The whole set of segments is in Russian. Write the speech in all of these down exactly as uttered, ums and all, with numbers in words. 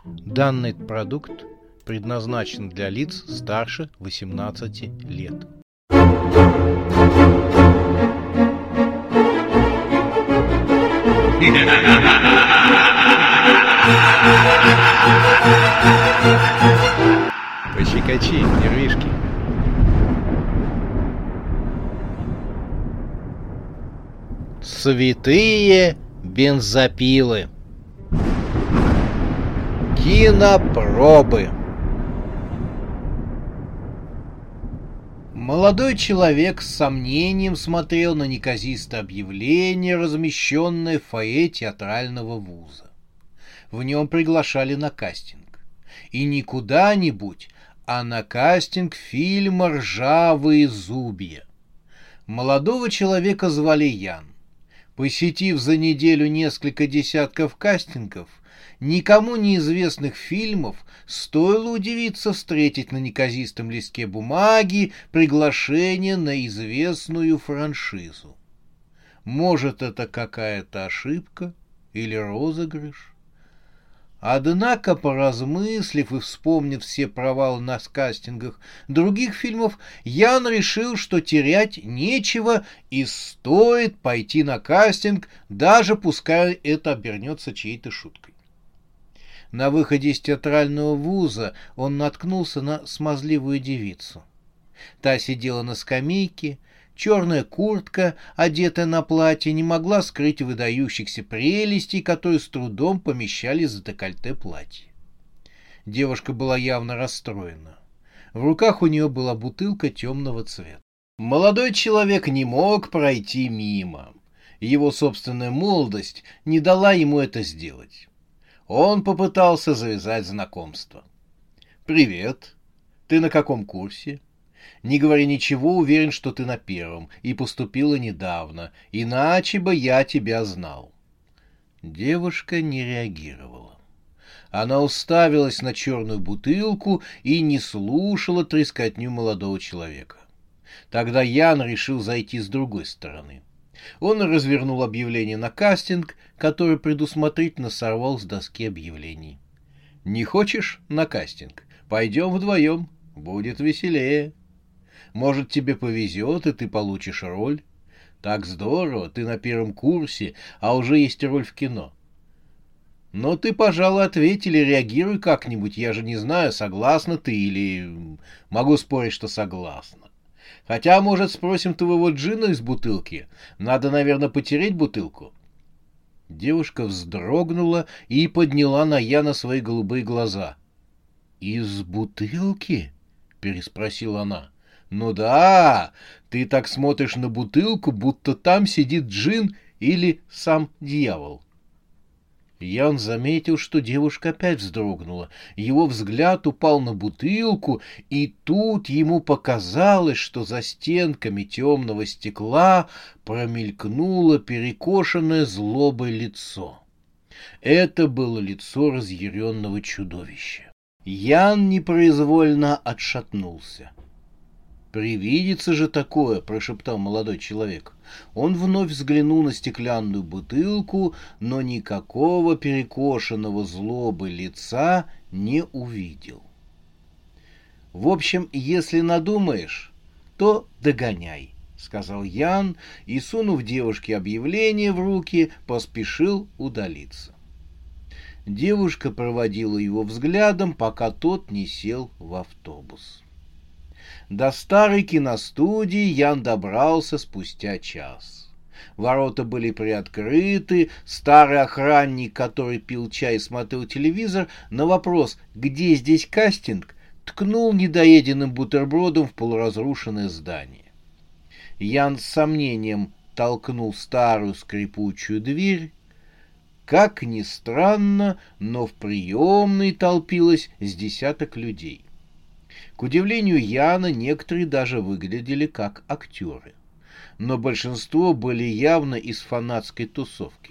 Данный продукт предназначен для лиц старше восемнадцати лет. Пощекочи, нервишки. Святые бензопилы. Кинопробы. Молодой человек с сомнением смотрел на неказистое объявление, размещенное в фойе театрального вуза. В нем приглашали на кастинг. И не куда-нибудь, а на кастинг фильма «Ржавые зубья». Молодого человека звали Ян. Посетив за неделю несколько десятков кастингов, никому неизвестных фильмов, стоило удивиться встретить на неказистом листке бумаги приглашение на известную франшизу. Может, это какая-то ошибка или розыгрыш? Однако, поразмыслив и вспомнив все провалы на кастингах других фильмов, Ян решил, что терять нечего и стоит пойти на кастинг, даже пускай это обернется чьей-то шуткой. На выходе из театрального вуза он наткнулся на смазливую девицу. Та сидела на скамейке. Черная куртка, одетая на платье, не могла скрыть выдающихся прелестей, которые с трудом помещались за декольте платья. Девушка была явно расстроена. В руках у нее была бутылка темного цвета. Молодой человек не мог пройти мимо. Его собственная молодость не дала ему это сделать. Он попытался завязать знакомство. «Привет. Ты на каком курсе?» «Не говори ничего, уверен, что ты на первом, и поступила недавно, иначе бы я тебя знал». Девушка не реагировала. Она уставилась на черную бутылку и не слушала трескотню молодого человека. Тогда Ян решил зайти с другой стороны. Он развернул объявление на кастинг, которое предусмотрительно сорвал с доски объявлений. «Не хочешь на кастинг? Пойдем вдвоем, будет веселее. Может, тебе повезет, и ты получишь роль. Так здорово, ты на первом курсе, а уже есть роль в кино. Но ты, пожалуй, ответь или реагируй как-нибудь, я же не знаю, согласна ты или... Могу спорить, что согласна. Хотя, может, спросим твоего джина из бутылки? Надо, наверное, потереть бутылку». Девушка вздрогнула и подняла на Яна свои голубые глаза. «Из бутылки?» — переспросила она. «Ну да, ты так смотришь на бутылку, будто там сидит джин или сам дьявол». Ян заметил, что девушка опять вздрогнула. Его взгляд упал на бутылку, и тут ему показалось, что за стенками темного стекла промелькнуло перекошенное злобой лицо. Это было лицо разъяренного чудовища. Ян непроизвольно отшатнулся. «Привидится же такое!» — прошептал молодой человек. Он вновь взглянул на стеклянную бутылку, но никакого перекошенного злобы лица не увидел. «В общем, если надумаешь, то догоняй», — сказал Ян и, сунув девушке объявление в руки, поспешил удалиться. Девушка проводила его взглядом, пока тот не сел в автобус. До старой киностудии Ян добрался спустя час. Ворота были приоткрыты, старый охранник, который пил чай и смотрел телевизор, на вопрос «Где здесь кастинг?» ткнул недоеденным бутербродом в полуразрушенное здание. Ян с сомнением толкнул старую скрипучую дверь. Как ни странно, но в приемной толпилось с десяток людей. К удивлению Яна, некоторые даже выглядели как актеры, но большинство были явно из фанатской тусовки.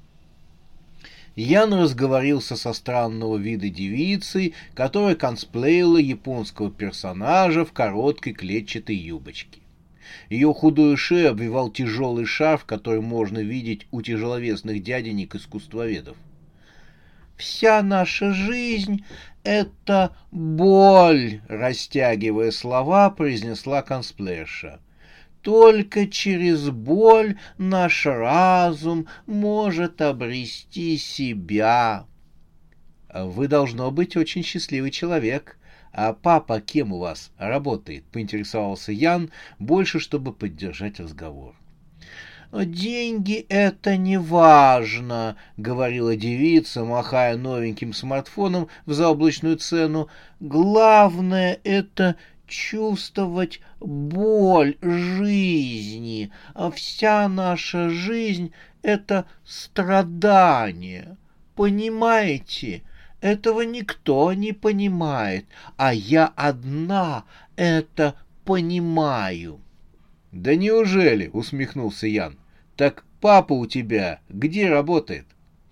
Ян разговорился со странного вида девицей, которая косплеила японского персонажа в короткой клетчатой юбочке. Ее худую шею обвивал тяжелый шарф, который можно видеть у тяжеловесных дяденек-искусствоведов. Вся наша жизнь — это боль, растягивая слова, произнесла Консплэша. Только через боль наш разум может обрести себя. Вы, должно быть, очень счастливый человек. А папа кем у вас работает? Поинтересовался Ян, больше чтобы поддержать разговор. «Деньги — это не важно», — говорила девица, махая новеньким смартфоном в заоблачную цену. «Главное — это чувствовать боль жизни, а вся наша жизнь — это страдание. Понимаете? Этого никто не понимает, а я одна это понимаю». «Да неужели?» — усмехнулся Ян. «Так папа у тебя где работает?»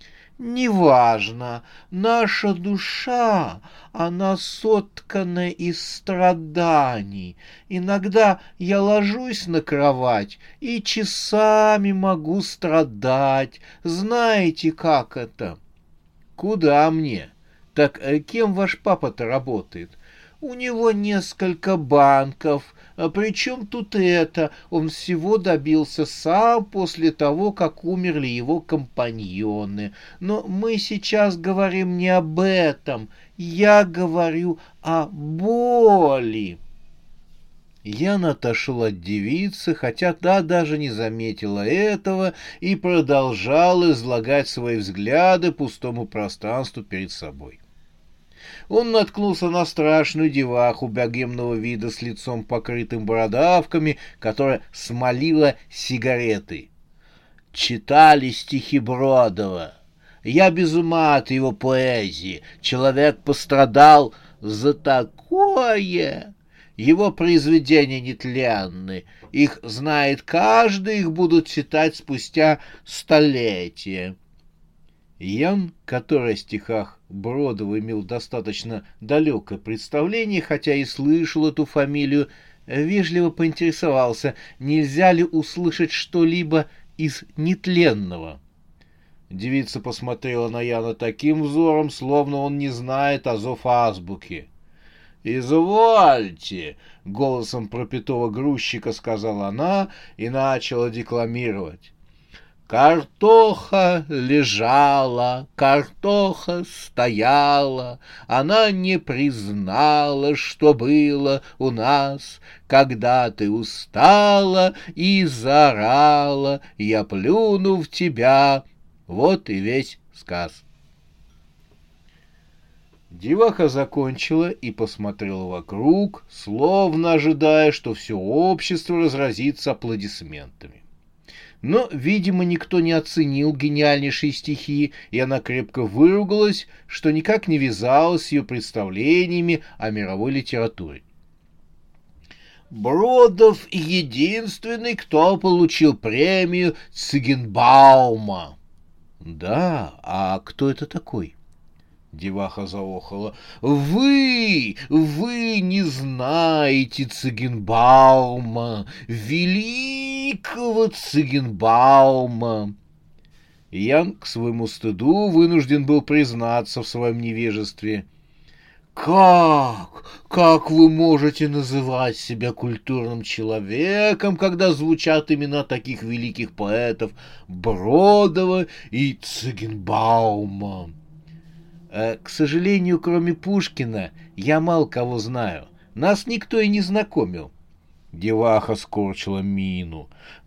«Неважно. Наша душа, она соткана из страданий. Иногда я ложусь на кровать и часами могу страдать. Знаете, как это?» «Куда мне? Так кем ваш папа-то работает?» «У него несколько банков. А при чем тут это? Он всего добился сам после того, как умерли его компаньоны. Но мы сейчас говорим не об этом. Я говорю о боли». Ян отошел от девицы, хотя та даже не заметила этого и продолжал излагать свои взгляды пустому пространству перед собой. Он наткнулся на страшную деваху богемного вида с лицом покрытым бородавками, которая смолила сигареты. Читали стихи Бродова. Я без ума от его поэзии. Человек пострадал за такое. Его произведения нетленны. Их знает каждый, их будут читать спустя столетия. Ян, который о стихах Бродова имел достаточно далекое представление, хотя и слышал эту фамилию, вежливо поинтересовался, нельзя ли услышать что-либо из нетленного. Девица посмотрела на Яна таким взором, словно он не знает азов азбуки. «Извольте!» — голосом пропитого грузчика сказала она и начала декламировать. Картоха лежала, картоха стояла, она не признала, что было у нас, когда ты устала и заорала, я плюну в тебя. Вот и весь сказ. Деваха закончила и посмотрела вокруг, словно ожидая, что все общество разразится аплодисментами. Но, видимо, никто не оценил гениальнейшие стихи, и она крепко выругалась, что никак не вязалось с ее представлениями о мировой литературе. Бродов единственный, кто получил премию Цигенбаума. Да, а кто это такой? Деваха заохала. Вы, вы не знаете Цигенбаума, великого Цигенбаума. Ян к своему стыду вынужден был признаться в своем невежестве. Как? Как вы можете называть себя культурным человеком, когда звучат имена таких великих поэтов Бродова и Цигенбаума? К сожалению, кроме Пушкина, я мало кого знаю. Нас никто и не знакомил. Деваха скорчила мину.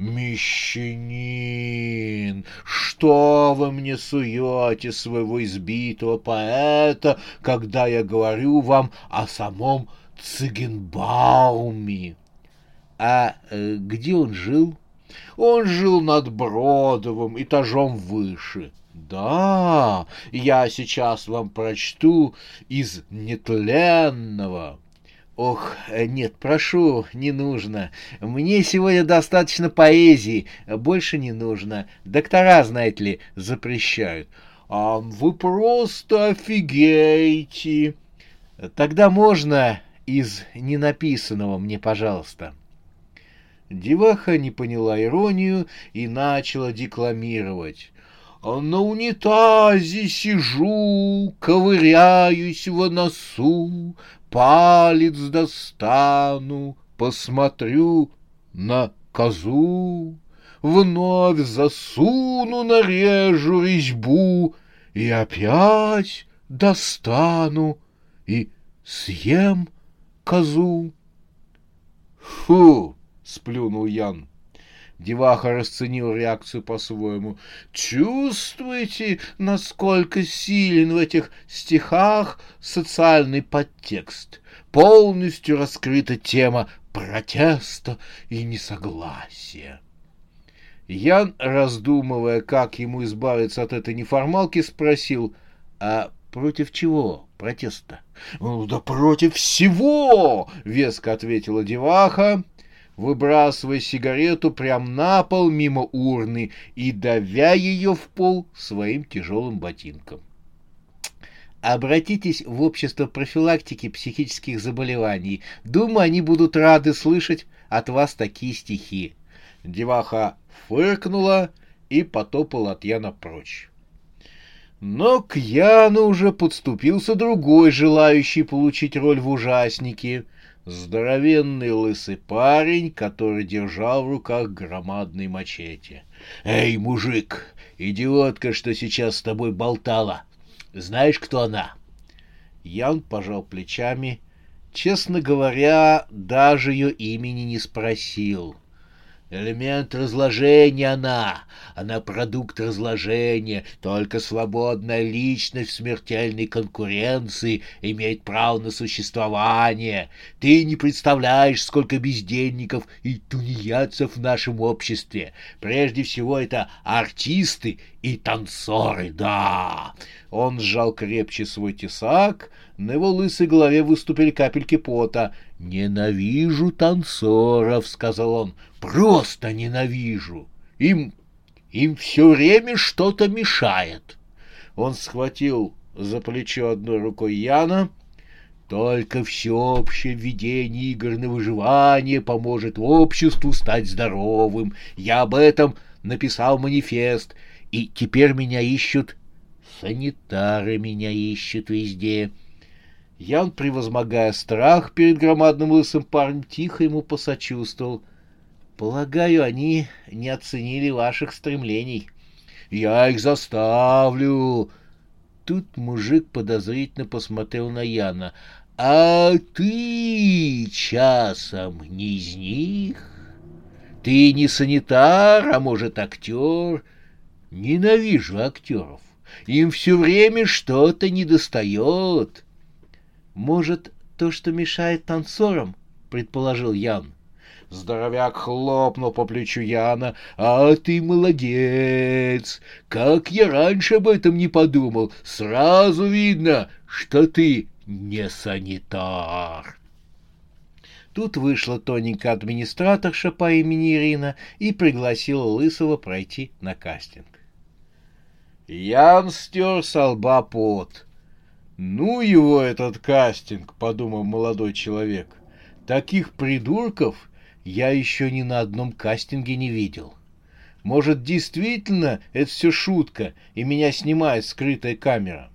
«Мещанин, что вы мне суете своего избитого поэта, когда я говорю вам о самом Цигенбауме?» «А э, где он жил?» «Он жил над Бродовым, этажом выше». «Да, я сейчас вам прочту из нетленного». «Ох, нет, прошу, не нужно. Мне сегодня достаточно поэзии, больше не нужно. Доктора, знаете ли, запрещают». «А вы просто офигеете». «Тогда можно из ненаписанного мне, пожалуйста». Деваха не поняла иронию и начала декламировать. На унитазе сижу, ковыряюсь в носу, палец достану, посмотрю на козу, вновь засуну, нарежу резьбу и опять достану и съем козу. Фу, сплюнул Ян. Деваха расценил реакцию по-своему. Чувствуете, насколько силен в этих стихах социальный подтекст? Полностью раскрыта тема протеста и несогласия. Ян, раздумывая, как ему избавиться от этой неформалки, спросил: а против чего протест-то? Ну, да против всего, веско ответила деваха, выбрасывая сигарету прямо на пол мимо урны и давя ее в пол своим тяжелым ботинком. Обратитесь в общество профилактики психических заболеваний. Думаю, они будут рады слышать от вас такие стихи. Деваха фыркнула и потопала от Яна прочь. Но к Яну уже подступился другой, желающий получить роль в ужаснике. Здоровенный лысый парень, который держал в руках громадный мачете. «Эй, мужик, идиотка, что сейчас с тобой болтала, знаешь, кто она?» Ян пожал плечами. Честно говоря, даже ее имени не спросил. «Элемент разложения она, она продукт разложения, только свободная личность в смертельной конкуренции имеет право на существование. Ты не представляешь, сколько бездельников и тунеядцев в нашем обществе. Прежде всего это артисты и танцоры, да!» Он сжал крепче свой тесак, на его лысой голове выступили капельки пота. «Ненавижу танцоров», — сказал он, — «просто ненавижу. Им, им все время что-то мешает». Он схватил за плечо одной рукой Яна. «Только всеобщее введение игр на выживание поможет обществу стать здоровым. Я об этом написал манифест, и теперь меня ищут, санитары меня ищут везде». Ян, превозмогая страх перед громадным лысым парнем, тихо ему посочувствовал. «Полагаю, они не оценили ваших стремлений». «Я их заставлю». Тут мужик подозрительно посмотрел на Яна. «А ты часом не из них? Ты не санитар, а может, актер? Ненавижу актеров. Им все время что-то недостает». «Может, то, что мешает танцорам?» — предположил Ян. Здоровяк хлопнул по плечу Яна. «А ты молодец! Как я раньше об этом не подумал! Сразу видно, что ты не санитар!» Тут вышла тоненькая администраторша по имени Ирина и пригласила Лысого пройти на кастинг. Ян стер со лба пот. «Ну его этот кастинг», — подумал молодой человек. «Таких придурков я еще ни на одном кастинге не видел. Может, действительно это все шутка, и меня снимает скрытая камера?»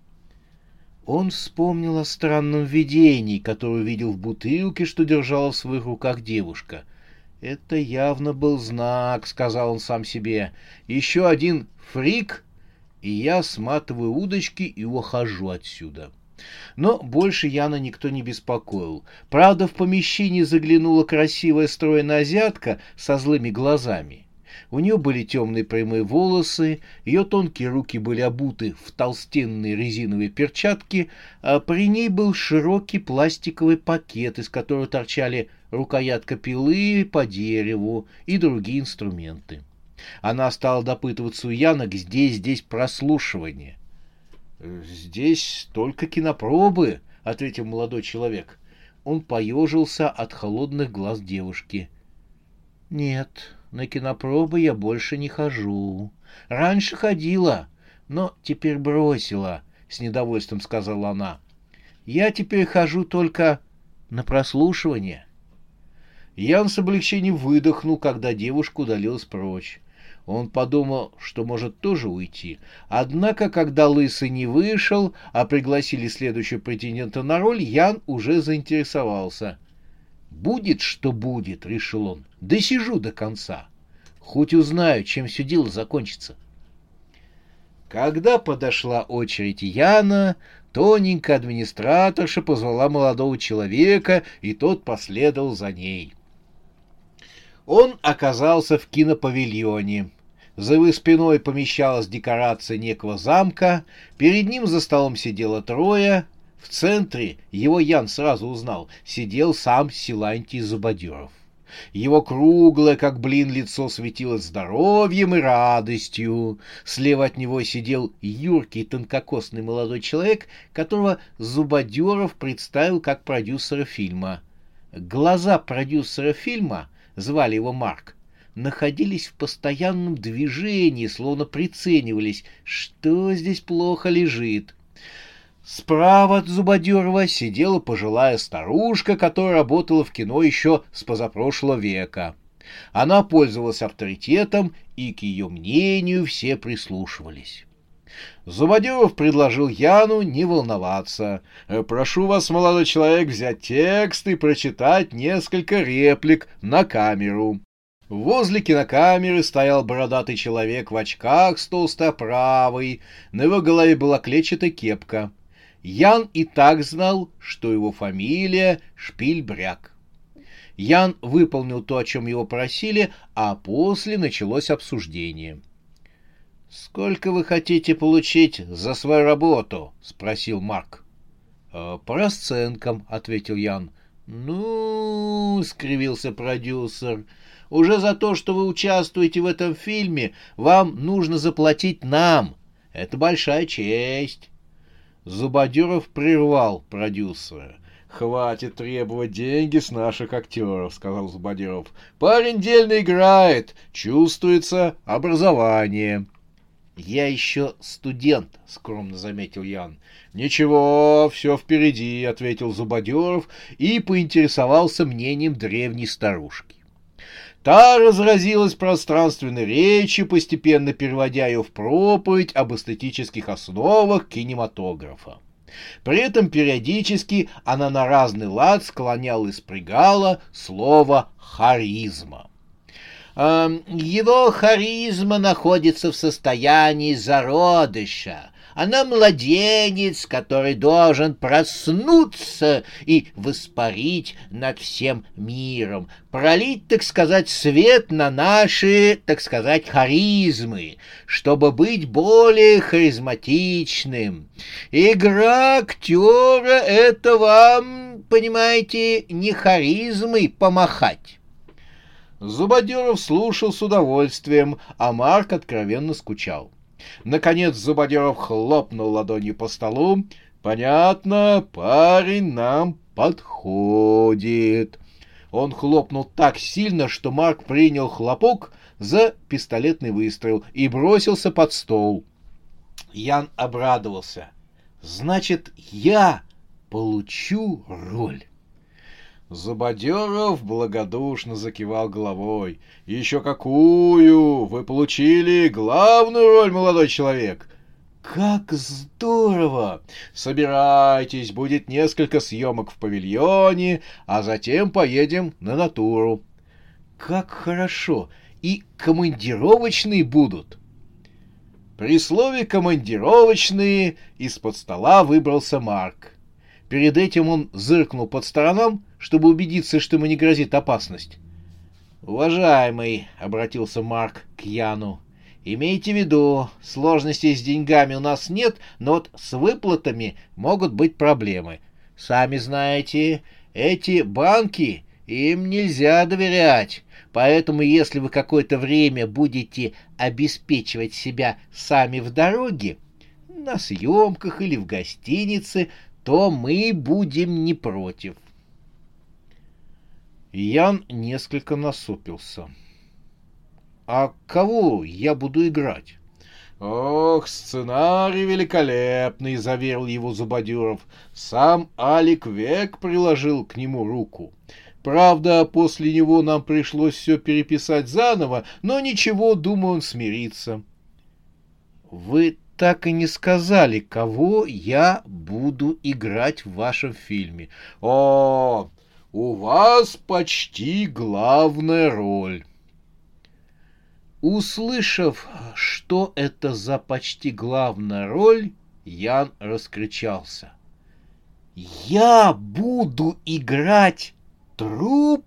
Он вспомнил о странном видении, которое видел в бутылке, что держала в своих руках девушка. «Это явно был знак», — сказал он сам себе. «Еще один фрик, и я сматываю удочки и ухожу отсюда». Но больше Яна никто не беспокоил. Правда, в помещении заглянула красивая стройная азиатка со злыми глазами. У нее были темные прямые волосы, ее тонкие руки были обуты в толстенные резиновые перчатки, а при ней был широкий пластиковый пакет, из которого торчали рукоятка пилы по дереву и другие инструменты. Она стала допытываться у Яна, где здесь прослушивание. «Здесь только кинопробы», — ответил молодой человек. Он поежился от холодных глаз девушки. «Нет, на кинопробы я больше не хожу. Раньше ходила, но теперь бросила», — с недовольством сказала она. «Я теперь хожу только на прослушивание». Ян с облегчением выдохнул, когда девушка удалилась прочь. Он подумал, что может тоже уйти. Однако, когда Лысый не вышел, а пригласили следующего претендента на роль, Ян уже заинтересовался. «Будет, что будет», — решил он. «Досижу до конца. Хоть узнаю, чем все дело закончится». Когда подошла очередь Яна, тоненькая администраторша позвала молодого человека, и тот последовал за ней. Он оказался в кинопавильоне. За его спиной помещалась декорация некого замка, перед ним за столом сидело трое. В центре, его Ян сразу узнал, сидел сам Силантий Зубодеров. Его круглое, как блин, лицо светилось здоровьем и радостью. Слева от него сидел юркий, тонкокосный молодой человек, которого Зубодеров представил как продюсера фильма. Глаза продюсера фильма, звали его Марк, находились в постоянном движении, словно приценивались, что здесь плохо лежит. Справа от Зубодерова сидела пожилая старушка, которая работала в кино еще с позапрошлого века. Она пользовалась авторитетом, и к ее мнению все прислушивались. Зубодеров предложил Яну не волноваться. «Прошу вас, молодой человек, взять текст и прочитать несколько реплик на камеру». Возле кинокамеры стоял бородатый человек в очках с толстой оправой, на его голове была клетчатая кепка. Ян и так знал, что его фамилия Шпильбряк. Ян выполнил то, о чем его просили, а после началось обсуждение. «Сколько вы хотите получить за свою работу?» — спросил Марк. «По расценкам», — ответил Ян. «Ну, — скривился продюсер, — уже за то, что вы участвуете в этом фильме, вам нужно заплатить нам. Это большая честь». Зубодеров прервал продюсера. «Хватит требовать деньги с наших актеров», — сказал Зубодеров. «Парень дельно играет, чувствуется образование». «Я еще студент», — скромно заметил Ян. «Ничего, все впереди», — ответил Зубодеров и поинтересовался мнением древней старушки. Та разразилась пространственной речью, постепенно переводя ее в проповедь об эстетических основах кинематографа. При этом периодически она на разный лад склоняла и спрягала слово «харизма». Его харизма находится в состоянии зародыша. Она младенец, который должен проснуться и воспарить над всем миром, пролить, так сказать, свет на наши, так сказать, харизмы, чтобы быть более харизматичным. Игра актера — это вам, понимаете, не харизмой помахать. Зубодеров слушал с удовольствием, а Марк откровенно скучал. Наконец Зубодеров хлопнул ладонью по столу. «Понятно, парень нам подходит». Он хлопнул так сильно, что Марк принял хлопок за пистолетный выстрел и бросился под стол. Ян обрадовался. «Значит, я получу роль». Зубодеров благодушно закивал головой. «Еще какую! Вы получили главную роль, молодой человек!» «Как здорово! Собирайтесь, будет несколько съемок в павильоне, а затем поедем на натуру». «Как хорошо! И командировочные будут!» При слове «командировочные» из-под стола выбрался Марк. Перед этим он зыркнул под сторонам, чтобы убедиться, что ему не грозит опасность. «Уважаемый», — обратился Марк к Яну, — «имейте в виду, сложностей с деньгами у нас нет, но вот с выплатами могут быть проблемы. Сами знаете, эти банки, им нельзя доверять, поэтому если вы какое-то время будете обеспечивать себя сами в дороге, на съемках или в гостинице, то мы будем не против». Ян несколько насупился. «А кого я буду играть?» «Ох, сценарий великолепный», — заверил его Зубодеров. «Сам Алик Век приложил к нему руку. Правда, после него нам пришлось все переписать заново, но ничего, думаю, он смирится. Вы так и не сказали, кого я буду играть в вашем фильме. О, у вас почти главная роль. Услышав, что это за почти главная роль, Ян раскричался. Я буду играть труп?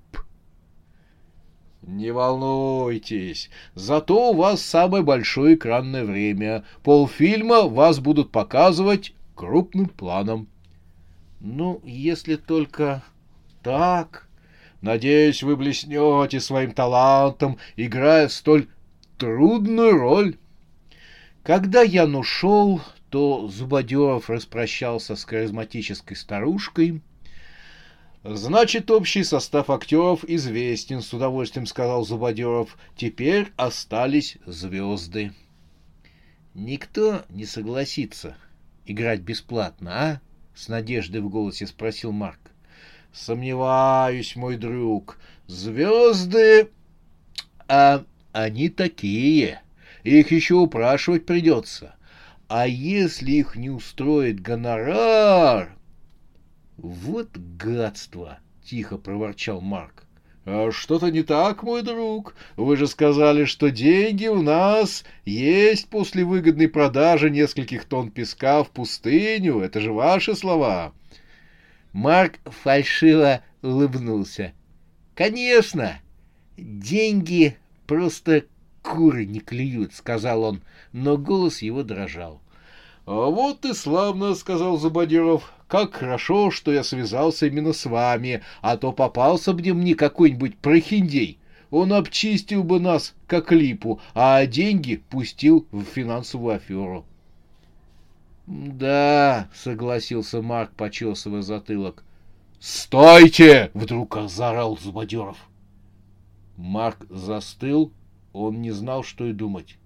Не волнуйтесь, зато у вас самое большое экранное время. Полфильма вас будут показывать крупным планом. Ну, если только так. Надеюсь, вы блеснете своим талантом, играя столь трудную роль. Когда Ян ушел, то Зубодеров распрощался с харизматической старушкой. «Значит, общий состав актеров известен», — с удовольствием сказал Зубодеров. «Теперь остались звезды». «Никто не согласится играть бесплатно, а?» — с надеждой в голосе спросил Марк. «Сомневаюсь, мой друг. Звезды... А они такие. Их еще упрашивать придется. А если их не устроит гонорар...» «Вот гадство!» — тихо проворчал Марк. «А что-то не так, мой друг. Вы же сказали, что деньги у нас есть после выгодной продажи нескольких тонн песка в пустыню. Это же ваши слова». Марк фальшиво улыбнулся. «Конечно, деньги просто куры не клюют», — сказал он, но голос его дрожал. «А вот и славно», — сказал Зубодеров. «Как хорошо, что я связался именно с вами, а то попался бы мне какой-нибудь прохиндей. Он обчистил бы нас, как липу, а деньги пустил в финансовую аферу». «Да», — согласился Марк, почесывая затылок. «Стойте!» — вдруг заорал Зубодеров. Марк застыл, он не знал, что и думать.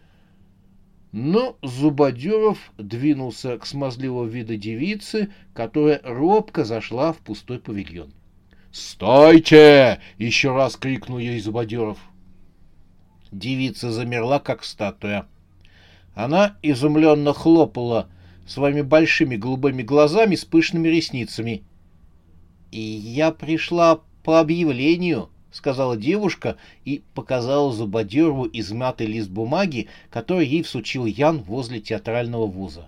Но Зубодеров двинулся к смазливого вида девице, которая робко зашла в пустой павильон. «Стойте!» — еще раз крикнул ей Зубодеров. Девица замерла, как статуя. Она изумленно хлопала своими большими голубыми глазами с пышными ресницами. «И я пришла по объявлению», — сказала девушка и показала Зубодерову измятый лист бумаги, который ей всучил Ян возле театрального вуза.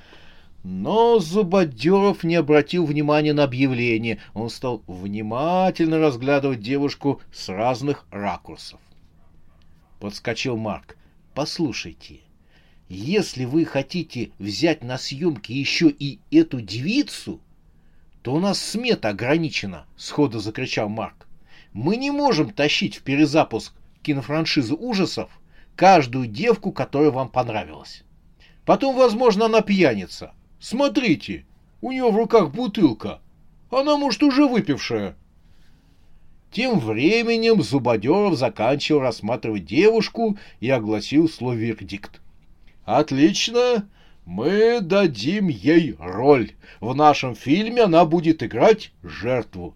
Но Зубодеров не обратил внимания на объявление. Он стал внимательно разглядывать девушку с разных ракурсов. Подскочил Марк. «Послушайте, если вы хотите взять на съемки еще и эту девицу, то у нас смета ограничена», — сходу закричал Марк. «Мы не можем тащить в перезапуск кинофраншизы ужасов каждую девку, которая вам понравилась. Потом, возможно, она пьяница. Смотрите, у нее в руках бутылка. Она, может, уже выпившая». Тем временем Зубодеров заканчивал рассматривать девушку и огласил свой вердикт. «Отлично, мы дадим ей роль. В нашем фильме она будет играть жертву».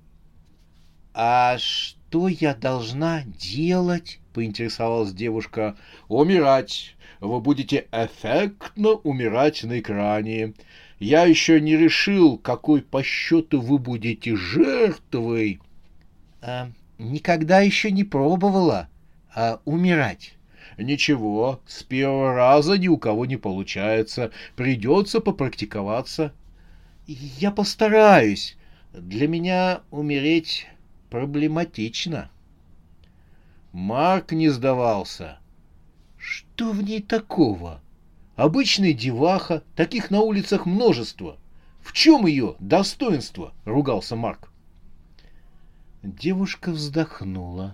«А что я должна делать?» — поинтересовалась девушка. «Умирать. Вы будете эффектно умирать на экране. Я еще не решил, какой по счету вы будете жертвой». А, «никогда еще не пробовала а, умирать». «Ничего, с первого раза ни у кого не получается. Придется попрактиковаться». «Я постараюсь. Для меня умереть проблематично». Марк не сдавался. «Что в ней такого? Обычная деваха, таких на улицах множество. В чем ее достоинство?» — ругался Марк. Девушка вздохнула.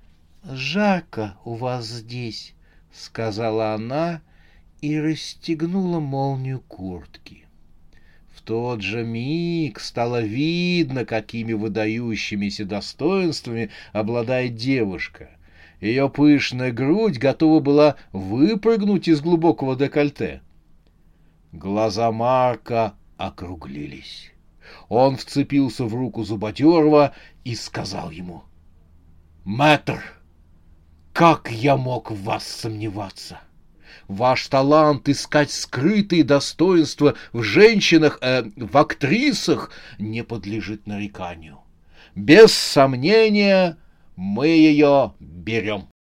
«Жарко у вас здесь», — сказала она и расстегнула молнию куртки. В тот же миг стало видно, какими выдающимися достоинствами обладает девушка. Ее пышная грудь готова была выпрыгнуть из глубокого декольте. Глаза Марка округлились. Он вцепился в руку Зубодерова и сказал ему: «Мэтр, как я мог в вас сомневаться? Ваш талант искать скрытые достоинства в женщинах, э, в актрисах не подлежит нареканию. Без сомнения мы ее берем».